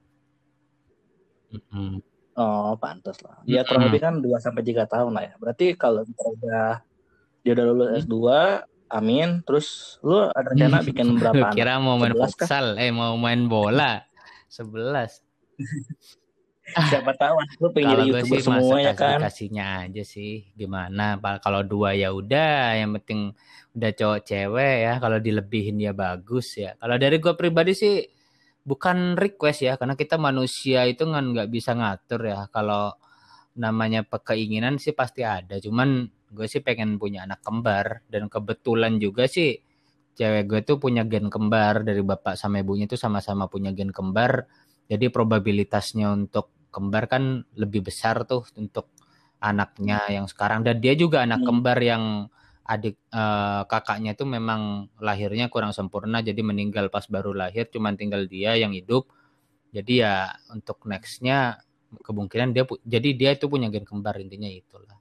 Mm-mm. oh pantas lah. Ya kurang Mm-mm. lebih kan 2 sampai 3 tahun lah ya. Berarti kalau dia udah lulus S2, amin. Terus lu ada rencana bikin Lu berapa anak? kira mau main 11 kah? futsal? Mau main bola? 11. Siapa tahu lu pengen Kalau jadi gue YouTuber sih masa semua ya kan? dikasihnya aja sih. Gimana? Kalau dua ya udah. Yang penting udah cowok cewek ya. Kalau dilebihin ya bagus ya. Kalau dari gue pribadi sih bukan request ya. Karena kita manusia itu kan nggak bisa ngatur ya. Kalau namanya keinginan sih pasti ada. Cuman gue sih pengen punya anak kembar. Dan kebetulan juga sih cewek gue tuh punya gen kembar. Dari bapak sama ibunya tuh sama-sama punya gen kembar. Jadi probabilitasnya untuk kembar kan lebih besar tuh untuk anaknya yang sekarang. Dan dia juga anak Hmm. kembar yang adik kakaknya tuh memang lahirnya kurang sempurna. Jadi meninggal pas baru lahir. Cuman tinggal dia yang hidup. Jadi ya untuk nextnya kemungkinan jadi dia itu punya gen kembar intinya itulah.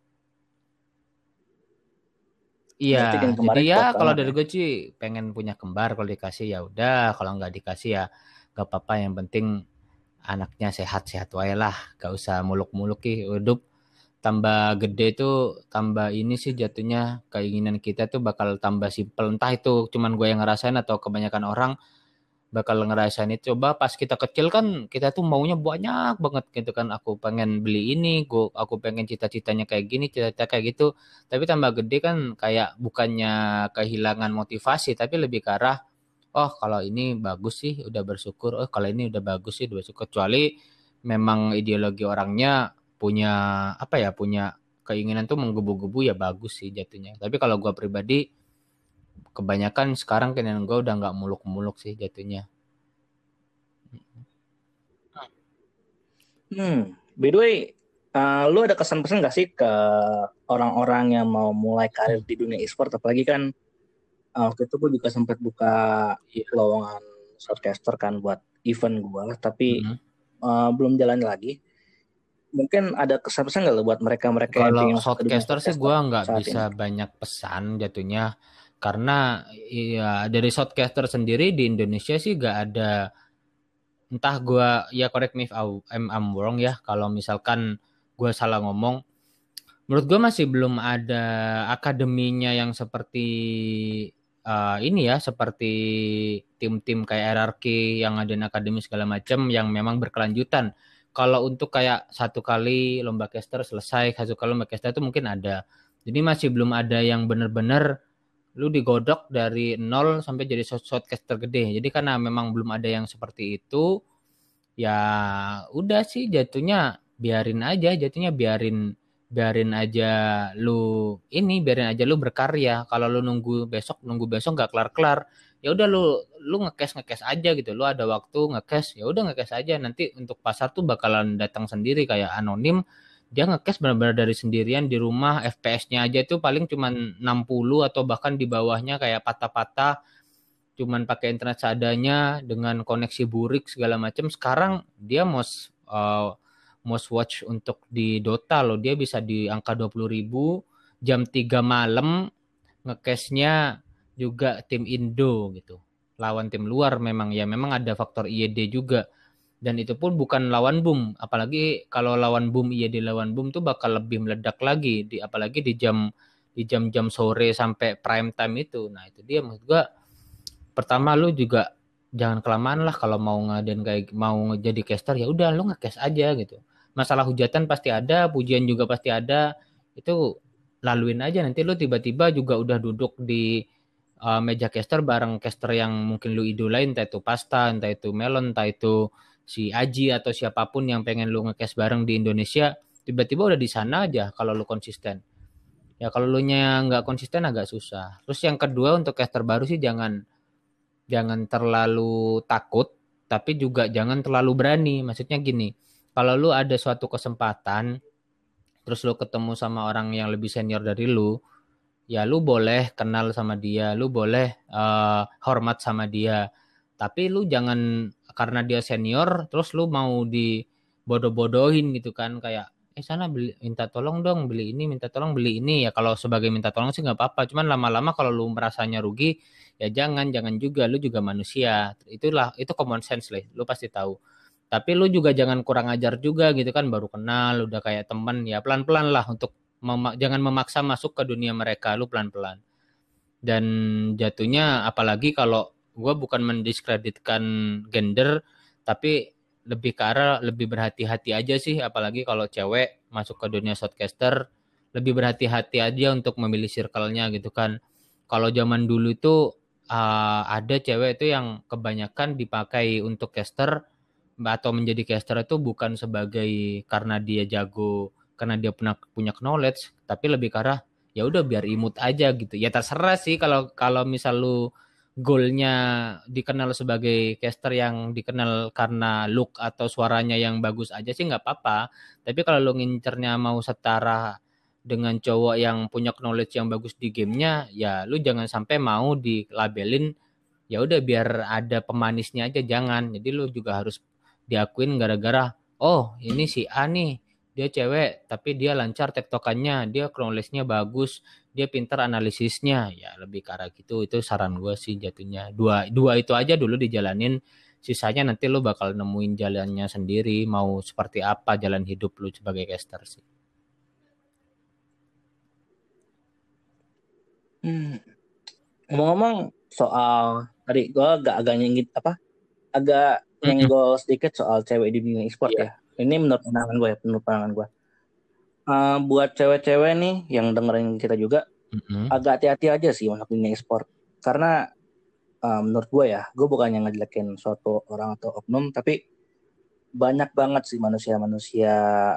Iya, Berarti kan jadi kemarin ya kuat kalau banget dari ya. gue sih pengen punya kembar kalau dikasih ya udah, kalau nggak dikasih ya nggak apa-apa yang penting anaknya sehat-sehat wae lah, gak usah muluk-muluk hidup tambah gede tuh tambah ini sih jatuhnya keinginan kita tuh bakal tambah simpel entah itu cuman gue yang ngerasain atau kebanyakan orang bakal ngerasain itu. Coba pas kita kecil kan kita tuh maunya banyak banget gitu kan. Aku pengen beli ini, aku pengen cita-citanya kayak gini, cita-cita kayak gitu. Tapi tambah gede kan kayak bukannya kehilangan motivasi, tapi lebih ke arah, oh kalau ini bagus sih udah bersyukur, oh kalau ini udah bagus sih udah bersyukur. Kecuali memang ideologi orangnya punya apa ya, punya keinginan tuh menggebu-gebu ya bagus sih jatuhnya. Tapi kalau gua pribadi kebanyakan sekarang keinginan gue udah nggak muluk-muluk sih jatuhnya. By the way, lu ada kesan-pesan gak sih ke orang-orang yang mau mulai karir di dunia e-sport? Apalagi kan waktu itu gue juga sempat buka Iya. lowongan shortcaster kan buat event gue, tapi Mm-mm. belum jalan lagi. Mungkin ada kesan-pesan gak lo buat mereka-mereka yang Kalau ingin masuk ke dunia shortcaster sih shortcaster gue nggak saat bisa ini? banyak pesan jatuhnya karena ya dari shortcaster sendiri di Indonesia sih nggak ada entah gue ya correct me if I'm wrong ya kalau misalkan gue salah ngomong menurut gue masih belum ada akademinya yang seperti ini ya seperti tim-tim kayak RRQ yang ada akademi segala macam yang memang berkelanjutan. Kalau untuk kayak satu kali lomba caster selesai, satu kali lomba caster itu mungkin ada. Jadi masih belum ada yang benar-benar lu digodok dari nol sampai jadi shortcaster gede. Jadi karena memang belum ada yang seperti itu, ya udah sih jatuhnya biarin aja jatuhnya biarin biarin aja biarin aja lu berkarya kalau lu nunggu besok nggak kelar kelar ya udah lu ngekes aja gitu lu ada waktu ngekes ya udah ngekes aja nanti untuk pasar tuh bakalan datang sendiri kayak anonim dia ngekes benar-benar dari sendirian di rumah FPS-nya aja tuh paling cuma 60 atau bahkan di bawahnya kayak patah-patah cuman pakai internet seadanya dengan koneksi burik segala macam. Sekarang dia most watch untuk di Dota loh. Dia bisa di angka 20.000 jam 3 malam ngecashnya juga tim Indo gitu. Lawan tim luar memang ya memang ada faktor IED juga. Dan itu pun bukan lawan boom, apalagi kalau lawan boom IED lawan boom tuh bakal lebih meledak lagi apalagi di jam-jam sore sampai prime time itu. Nah, itu dia maksud gua pertama lu juga jangan kelamaan lah kalau mau ngadain kayak mau jadi caster ya udah lu nge-cast aja gitu masalah hujatan pasti ada, pujian juga pasti ada. Itu laluin aja, nanti lu tiba-tiba juga udah duduk di meja caster bareng caster yang mungkin lu idolain, entah itu Pasta, entah itu Melon, entah itu si Aji atau siapapun yang pengen lu nge-cast bareng di Indonesia, tiba-tiba udah di sana aja kalau lu konsisten. Ya kalau lu nya nggak konsisten agak susah. Terus yang kedua untuk caster baru sih jangan jangan terlalu takut, tapi juga jangan terlalu berani. Maksudnya gini, kalau lu ada suatu kesempatan, terus lu ketemu sama orang yang lebih senior dari lu, ya lu boleh kenal sama dia, lu boleh hormat sama dia. Tapi lu jangan karena dia senior, terus lu mau dibodoh-bodohin gitu kan, kayak sana beli, minta tolong dong beli ini, minta tolong beli ini. Ya kalau sebagai minta tolong sih nggak apa-apa, cuman lama-lama kalau lu merasanya rugi, ya jangan juga, lu juga manusia. Itu common sense lah, lu pasti tahu. Tapi lu juga jangan kurang ajar juga gitu kan, baru kenal udah kayak temen, ya pelan-pelan lah untuk jangan memaksa masuk ke dunia mereka, lu pelan-pelan. Dan jatuhnya apalagi kalau gue bukan mendiskreditkan gender, tapi lebih ke arah lebih berhati-hati aja sih, apalagi kalau cewek masuk ke dunia shortcaster, lebih berhati-hati aja untuk memilih circle-nya gitu kan. Kalau zaman dulu itu ada cewek itu yang kebanyakan dipakai untuk caster atau menjadi caster itu bukan sebagai karena dia jago, karena dia punya knowledge, tapi lebih ke arah ya udah biar imut aja gitu. Ya terserah sih kalau kalau misal lu goalnya dikenal sebagai caster yang dikenal karena look atau suaranya yang bagus aja sih nggak apa-apa. Tapi kalau lu ngincernya mau setara dengan cowok yang punya knowledge yang bagus di gamenya, ya lu jangan sampai mau dilabelin ya udah biar ada pemanisnya aja, jangan. Jadi lu juga harus diakuin gara-gara oh ini si A nih dia cewek tapi dia lancar tektokannya, dia knowledge-nya bagus, dia pintar analisisnya, ya lebih ke arah gitu. Itu saran gue sih jatuhnya, dua dua itu aja dulu dijalanin, sisanya nanti lu bakal nemuin jalannya sendiri mau seperti apa jalan hidup lu sebagai caster sih. Ngomong-ngomong soal tadi gue agak nyinggit apa agak Mm-mm. nyenggol sedikit soal cewek di dunia e-sport Iya. ya. Ini menurut pandangan gue ya, menurut pandangan gue. Buat cewek-cewek nih yang dengerin kita juga Mm-mm. agak hati-hati aja sih masuk dunia e-sport. Karena menurut gue ya, gue bukannya ngejelekin suatu orang atau oknum, tapi banyak banget sih manusia-manusia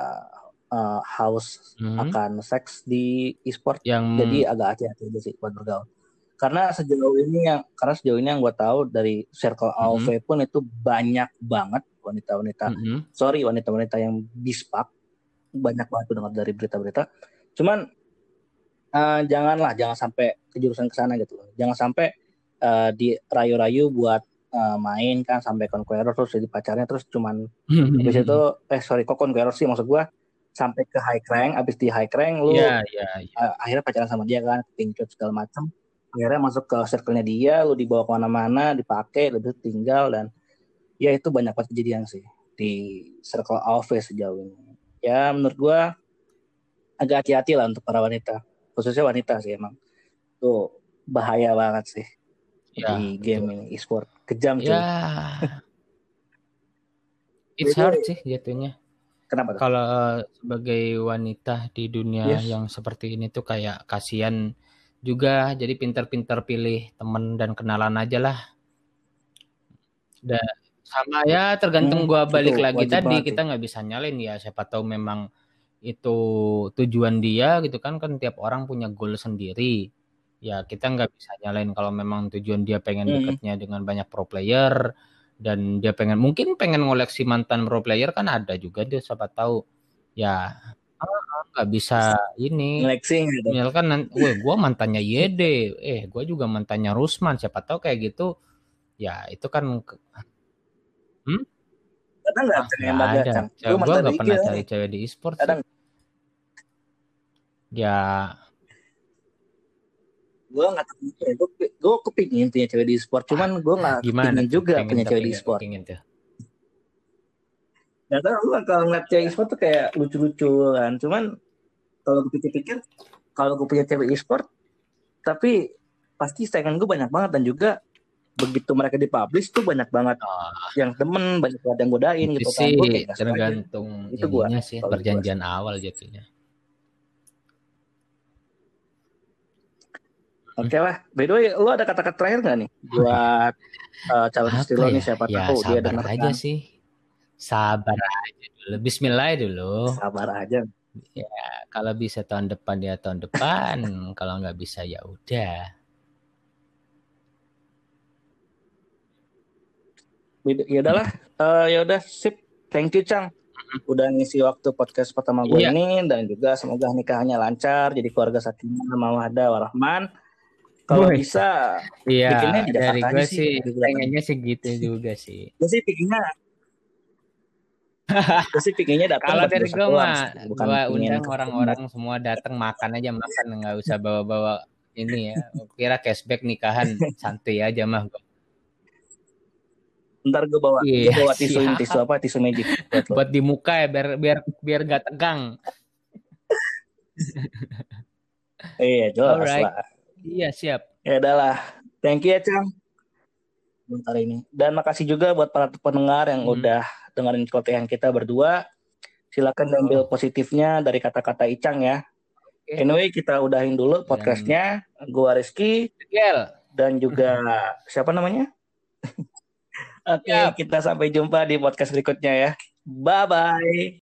haus Mm. akan seks di e-sport. Yang Jadi agak hati-hati aja sih buat bergaul. Karena sejauh ini yang gue tahu dari circle Mm-mm. AOV pun itu banyak banget wanita-wanita, Mm-mm. sorry wanita-wanita yang bispak, banyak banget tuh dengar dari berita-berita. Cuman jangan sampai kejurusan ke sana gitu loh. Jangan sampai dirayu-rayu buat main kan sampai conqueror terus jadi pacarnya terus cuman habis itu kok conqueror sih maksud gua sampai ke high rank, habis di high rank lu Iya, iya, iya. akhirnya pacaran sama dia kan, tingkat segala macam. Akhirnya masuk ke circle-nya dia, lu dibawa kemana-mana, dipakai, lu tinggal dan ya itu banyak banget kejadian sih di circle AOV sejauh ini. Ya menurut gua agak hati-hati lah untuk para wanita, khususnya wanita sih emang. Tuh bahaya banget sih Ya, di game betul. ini e-sport. Kejam Ya, cuy. it's hard Jadi sih jatuhnya. kenapa tuh? Kalau sebagai wanita di dunia Yes. yang seperti ini tuh kayak kasihan juga. Jadi pintar-pintar pilih temen dan kenalan aja lah. Dan sama ya tergantung gua Itu balik lagi wajib tadi, banget sih. kita nggak bisa nyalin ya. Siapa tahu memang itu tujuan dia gitu kan. Kan tiap orang punya goal sendiri. Ya kita nggak bisa nyalain kalau memang tujuan dia pengen Hmm. dekatnya dengan banyak pro player dan dia mungkin pengen ngoleksi mantan pro player, kan ada juga dia, siapa tahu ya nggak bisa ini. Flexing gitu. Misalkan weh gue mantannya Yede, gue juga mantannya Rusman, siapa tahu kayak gitu. Ya itu kan hmm? Kadang nggak Ah bisa nggak nembak ada. gacang. Gue Gue masih ada nggak IG pernah cari nih. cewek di e-sport sih. Kadang Ya gue nggak tahu ya. Gue kepingin punya cewek di e-sport. Cuman gue nggak gimana kepingin tuh juga pengen punya tapi cewek di nggak e-sport. kepingin tuh. Gak tau gue kalau ngeliat cewek e-sport tuh kayak lucu-lucu kan. Cuman kalau gue pikir-pikir, kalau gue punya cewek e-sport, tapi pasti saingan gue banyak banget dan juga begitu mereka dipublish tuh banyak banget yang temen, banyak banget yang godain Itu gitu kan. sih Gue kayak gak suka aja. tergantung Itu gua ininya sih, kalau gua perjanjian sih. awal jatuhnya. Oke lah. By the way, lu ada kata-kata terakhir nggak nih buat calon istri Apa lo nih, ya? siapa Ya tahu dia sabar aja dengarkan. sih. Sabar aja dulu. Bismillah dulu. Sabar aja. Ya, kalau bisa tahun depan ya tahun depan. Kalau nggak bisa ya udah. Ya udahlah. Ya udah sip. Thank you Cang. Udah ngisi waktu podcast pertama gue Iya. ini, dan juga semoga nikahnya lancar jadi keluarga sakinah mawaddah warahman. Kalau Wih. bisa Iya, bikinnya di dari Jakarta aja gue sih. sih Di belakang. pengennya sih gitu juga sih. Gue sih pikirnya datang Kalau buat dari dosa gue doang mah, sih, bukan gue pingin undang ketemu. orang-orang semua datang makan aja, makan nggak usah bawa-bawa ini ya. Kira cashback nikahan santai aja mah. Ntar gue Iya bawa tisu ini, siap. tisu magic buat lo. Buat di muka ya biar gak tegang. Iya jelas Alright. lah. Iya siap. Ya udahlah. Thank you ya Cang buat hari ini. Dan makasih juga buat para pendengar yang udah dengerin kotehan kita berdua. Silakan ambil positifnya dari kata-kata Icang ya. Oke. Anyway, kita udahin dulu podcastnya. Gua Rizky dan juga siapa namanya? Oke, kita sampai jumpa di podcast berikutnya ya. Bye-bye.